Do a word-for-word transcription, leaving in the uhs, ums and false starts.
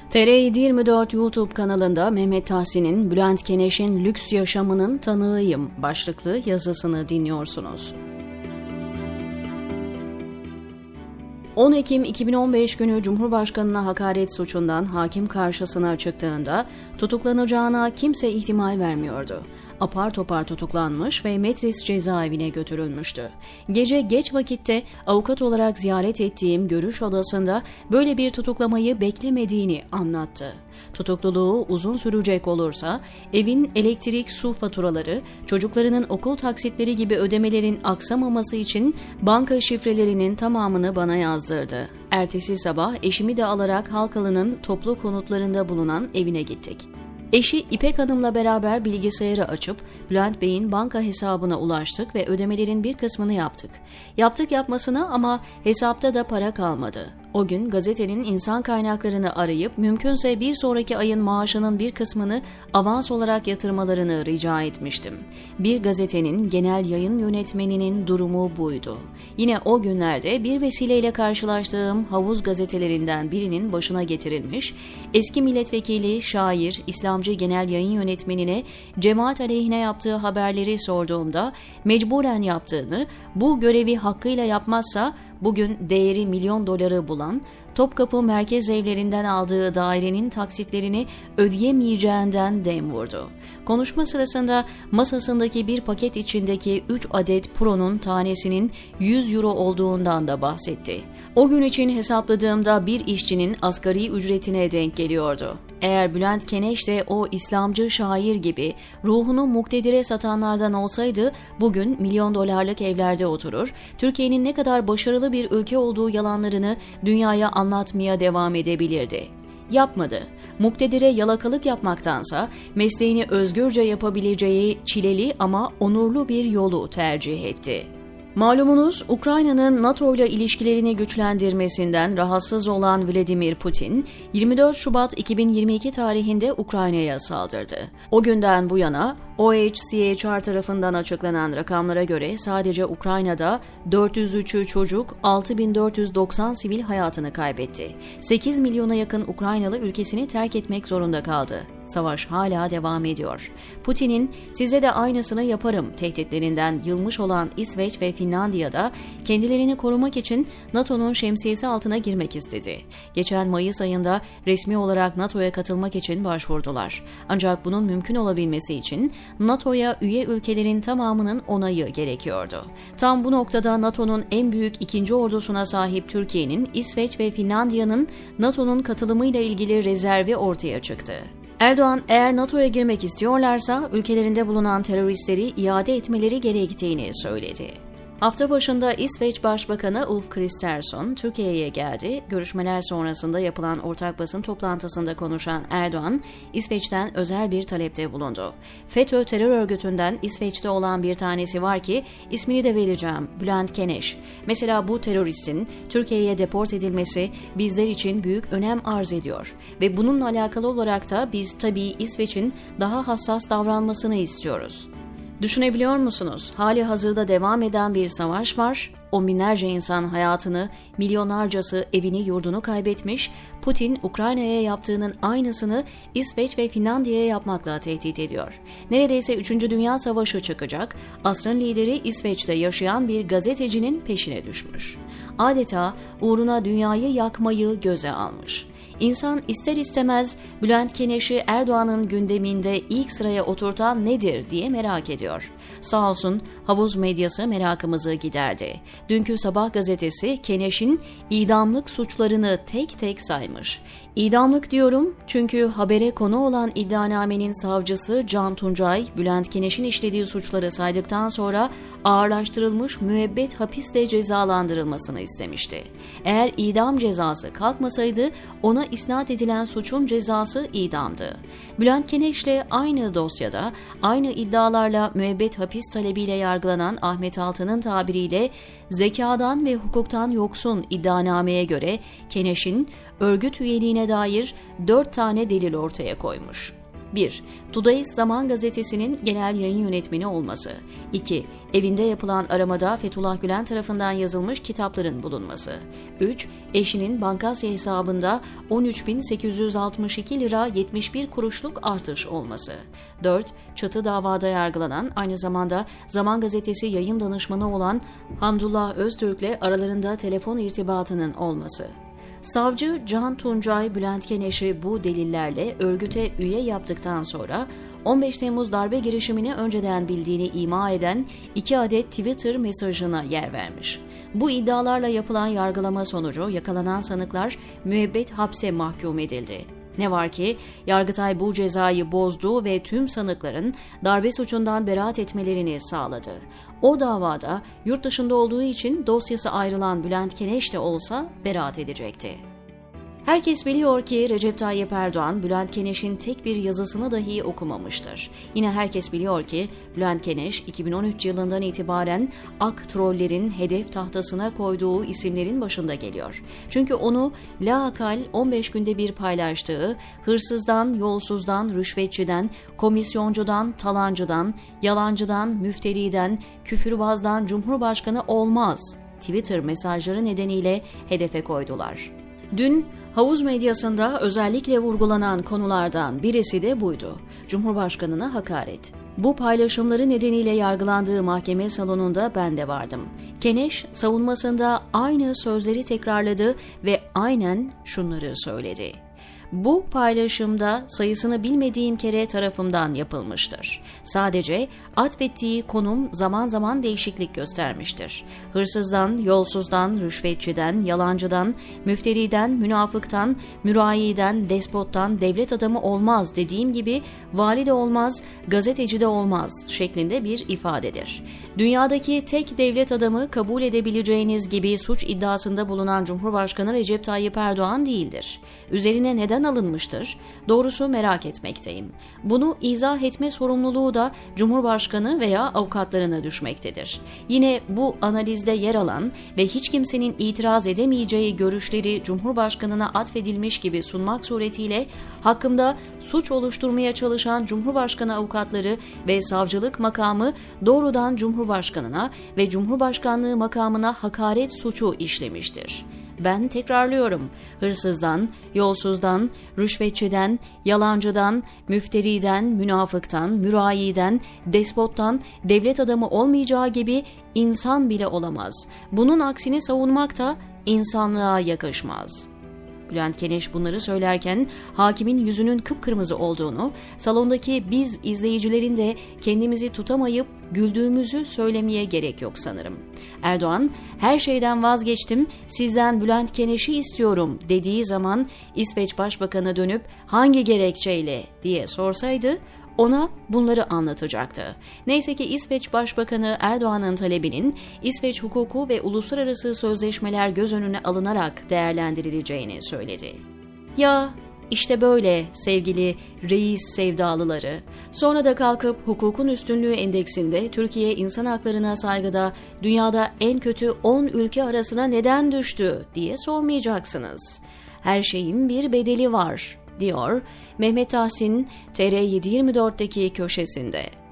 T R yedi yirmi dört YouTube kanalında Mehmet Tahsin'in Bülent Keneş'in lüks yaşamının tanığıyım başlıklı yazısını dinliyorsunuz. on Ekim iki bin on beş günü Cumhurbaşkanı'na hakaret suçundan hakim karşısına çıktığında tutuklanacağına kimse ihtimal vermiyordu. Apar topar tutuklanmış ve Metris cezaevine götürülmüştü. Gece geç vakitte avukat olarak ziyaret ettiğim görüş odasında böyle bir tutuklamayı beklemediğini anlattı. Tutukluluğu uzun sürecek olursa evin elektrik, su faturaları, çocuklarının okul taksitleri gibi ödemelerin aksamaması için banka şifrelerinin tamamını bana yazdırdı. Ertesi sabah eşimi de alarak Halkalı'nın toplu konutlarında bulunan evine gittik. Eşi İpek Hanım'la beraber bilgisayarı açıp Bülent Bey'in banka hesabına ulaştık ve ödemelerin bir kısmını yaptık. Yaptık yapmasına ama hesapta da para kalmadı. O gün gazetenin insan kaynaklarını arayıp mümkünse bir sonraki ayın maaşının bir kısmını avans olarak yatırmalarını rica etmiştim. Bir gazetenin genel yayın yönetmeninin durumu buydu. Yine o günlerde bir vesileyle karşılaştığım havuz gazetelerinden birinin başına getirilmiş, eski milletvekili, şair, İslamcı genel yayın yönetmenine cemaat aleyhine yaptığı haberleri sorduğumda mecburen yaptığını, bu görevi hakkıyla yapmazsa bugün değeri milyon doları bulan, Topkapı merkez evlerinden aldığı dairenin taksitlerini ödeyemeyeceğinden dem vurdu. Konuşma sırasında masasındaki bir paket içindeki üç adet Pro'nun tanesinin yüz euro olduğundan da bahsetti. O gün için hesapladığımda bir işçinin asgari ücretine denk geliyordu. Eğer Bülent Keneş de o İslamcı şair gibi ruhunu muktedire satanlardan olsaydı bugün milyon dolarlık evlerde oturur, Türkiye'nin ne kadar başarılı bir ülke olduğu yalanlarını dünyaya anlatmaya devam edebilirdi. Yapmadı. Muktedire yalakalık yapmaktansa mesleğini özgürce yapabileceği çileli ama onurlu bir yolu tercih etti. Malumunuz Ukrayna'nın NATO ile ilişkilerini güçlendirmesinden rahatsız olan Vladimir Putin, yirmi dört Şubat iki bin yirmi iki tarihinde Ukrayna'ya saldırdı. O günden bu yana O H C H R tarafından açıklanan rakamlara göre sadece Ukrayna'da dört yüz üçü çocuk, altı bin dört yüz doksan sivil hayatını kaybetti. sekiz milyona yakın Ukraynalı ülkesini terk etmek zorunda kaldı. Savaş hala devam ediyor. Putin'in size de aynısını yaparım tehditlerinden yılmış olan İsveç ve Finlandiya'da kendilerini korumak için NATO'nun şemsiyesi altına girmek istedi. Geçen Mayıs ayında resmi olarak NATO'ya katılmak için başvurdular. Ancak bunun mümkün olabilmesi için NATO'ya üye ülkelerin tamamının onayı gerekiyordu. Tam bu noktada NATO'nun en büyük ikinci ordusuna sahip Türkiye'nin, İsveç ve Finlandiya'nın NATO'nun katılımıyla ilgili rezervi ortaya çıktı. Erdoğan eğer NATO'ya girmek istiyorlarsa ülkelerinde bulunan teröristleri iade etmeleri gerektiğini söyledi. Hafta başında İsveç Başbakanı Ulf Kristersson Türkiye'ye geldi. Görüşmeler sonrasında yapılan ortak basın toplantısında konuşan Erdoğan, İsveç'ten özel bir talepte bulundu. FETÖ terör örgütünden İsveç'te olan bir tanesi var ki ismini de vereceğim, Bülent Keneş. Mesela bu teröristin Türkiye'ye deport edilmesi bizler için büyük önem arz ediyor. Ve bununla alakalı olarak da biz tabii İsveç'in daha hassas davranmasını istiyoruz. Düşünebiliyor musunuz? Hali hazırda devam eden bir savaş var. On binlerce insan hayatını, milyonlarcası evini yurdunu kaybetmiş. Putin, Ukrayna'ya yaptığının aynısını İsveç ve Finlandiya'ya yapmakla tehdit ediyor. Neredeyse üçüncü Dünya Savaşı çıkacak. Asrın lideri İsveç'te yaşayan bir gazetecinin peşine düşmüş. Adeta uğruna dünyayı yakmayı göze almış. İnsan ister istemez Bülent Keneş'i Erdoğan'ın gündeminde ilk sıraya oturtan nedir diye merak ediyor. Sağ olsun havuz medyası merakımızı giderdi. Dünkü Sabah gazetesi Keneş'in idamlık suçlarını tek tek saymış. İdamlık diyorum çünkü habere konu olan iddianamenin savcısı Can Tuncay, Bülent Keneş'in işlediği suçları saydıktan sonra ağırlaştırılmış müebbet hapisle cezalandırılmasını istemişti. Eğer idam cezası kalkmasaydı ona isnat edilen suçun cezası idamdı. Bülent Keneş'le aynı dosyada, aynı iddialarla müebbet hapis talebiyle yargılanan Ahmet Altan'ın tabiriyle zekadan ve hukuktan yoksun iddianameye göre Keneş'in örgüt üyeliğine dair dört tane delil ortaya koymuş. bir. Today's Zaman Gazetesi'nin genel yayın yönetmeni olması. iki. Evinde yapılan aramada Fethullah Gülen tarafından yazılmış kitapların bulunması. üç. Eşinin Bankasya hesabında on üç bin sekiz yüz altmış iki lira yetmiş bir kuruşluk artış olması. dört. Çatı davada yargılanan, aynı zamanda Zaman Gazetesi yayın danışmanı olan Hamdullah Öztürk'le aralarında telefon irtibatının olması. Savcı Can Tuncay Bülent Keneş'i bu delillerle örgüte üye yaptıktan sonra on beş Temmuz darbe girişimini önceden bildiğini ima eden iki adet Twitter mesajına yer vermiş. Bu iddialarla yapılan yargılama sonucu yakalanan sanıklar müebbet hapse mahkum edildi. Ne var ki Yargıtay bu cezayı bozdu ve tüm sanıkların darbe suçundan beraat etmelerini sağladı. O davada yurt dışında olduğu için dosyası ayrılan Bülent Keneş de olsa beraat edecekti. Herkes biliyor ki Recep Tayyip Erdoğan, Bülent Keneş'in tek bir yazısını dahi okumamıştır. Yine herkes biliyor ki Bülent Keneş, iki bin on üç yılından itibaren ak trollerin hedef tahtasına koyduğu isimlerin başında geliyor. Çünkü onu laakal on beş günde bir paylaştığı, hırsızdan, yolsuzdan, rüşvetçiden, komisyoncudan, talancıdan, yalancıdan, müfteriden, küfürbazdan Cumhurbaşkanı olmaz Twitter mesajları nedeniyle hedefe koydular. Dün havuz medyasında özellikle vurgulanan konulardan birisi de buydu. Cumhurbaşkanına hakaret. Bu paylaşımları nedeniyle yargılandığı mahkeme salonunda ben de vardım. Keneş savunmasında aynı sözleri tekrarladı ve aynen şunları söyledi. Bu paylaşımda sayısını bilmediğim kere tarafımdan yapılmıştır. Sadece atfettiği konum zaman zaman değişiklik göstermiştir. Hırsızdan, yolsuzdan, rüşvetçiden, yalancıdan, müfteriden, münafıktan, mürayiden, despottan devlet adamı olmaz dediğim gibi vali de olmaz, gazeteci de olmaz şeklinde bir ifadedir. Dünyadaki tek devlet adamı kabul edebileceğiniz gibi suç iddiasında bulunan Cumhurbaşkanı Recep Tayyip Erdoğan değildir. Üzerine neden alınmıştır? Doğrusu merak etmekteyim. Bunu izah etme sorumluluğu da Cumhurbaşkanı veya avukatlarına düşmektedir. Yine bu analizde yer alan ve hiç kimsenin itiraz edemeyeceği görüşleri Cumhurbaşkanına atfedilmiş gibi sunmak suretiyle hakkımda suç oluşturmaya çalışan Cumhurbaşkanı avukatları ve savcılık makamı doğrudan Cumhurbaşkanına ve Cumhurbaşkanlığı makamına hakaret suçu işlemiştir. Ben tekrarlıyorum, hırsızdan, yolsuzdan, rüşvetçiden, yalancıdan, müfteriden, münafıktan, mürayiden, despottan devlet adamı olmayacağı gibi insan bile olamaz. Bunun aksini savunmak da insanlığa yakışmaz. Bülent Keneş bunları söylerken hakimin yüzünün kıpkırmızı olduğunu, salondaki biz izleyicilerin de kendimizi tutamayıp güldüğümüzü söylemeye gerek yok sanırım. Erdoğan, her şeyden vazgeçtim, sizden Bülent Keneş'i istiyorum dediği zaman İsveç Başbakanı dönüp hangi gerekçeyle diye sorsaydı, ona bunları anlatacaktı. Neyse ki İsveç Başbakanı Erdoğan'ın talebinin İsveç hukuku ve uluslararası sözleşmeler göz önüne alınarak değerlendirileceğini söyledi. Ya işte böyle sevgili reis sevdalıları. Sonra da kalkıp hukukun üstünlüğü endeksinde Türkiye insan haklarına saygıda dünyada en kötü on ülke arasına neden düştü diye sormayacaksınız. Her şeyin bir bedeli var, diyor Mehmet Tahsin T R yedi yirmi dört'teki köşesinde.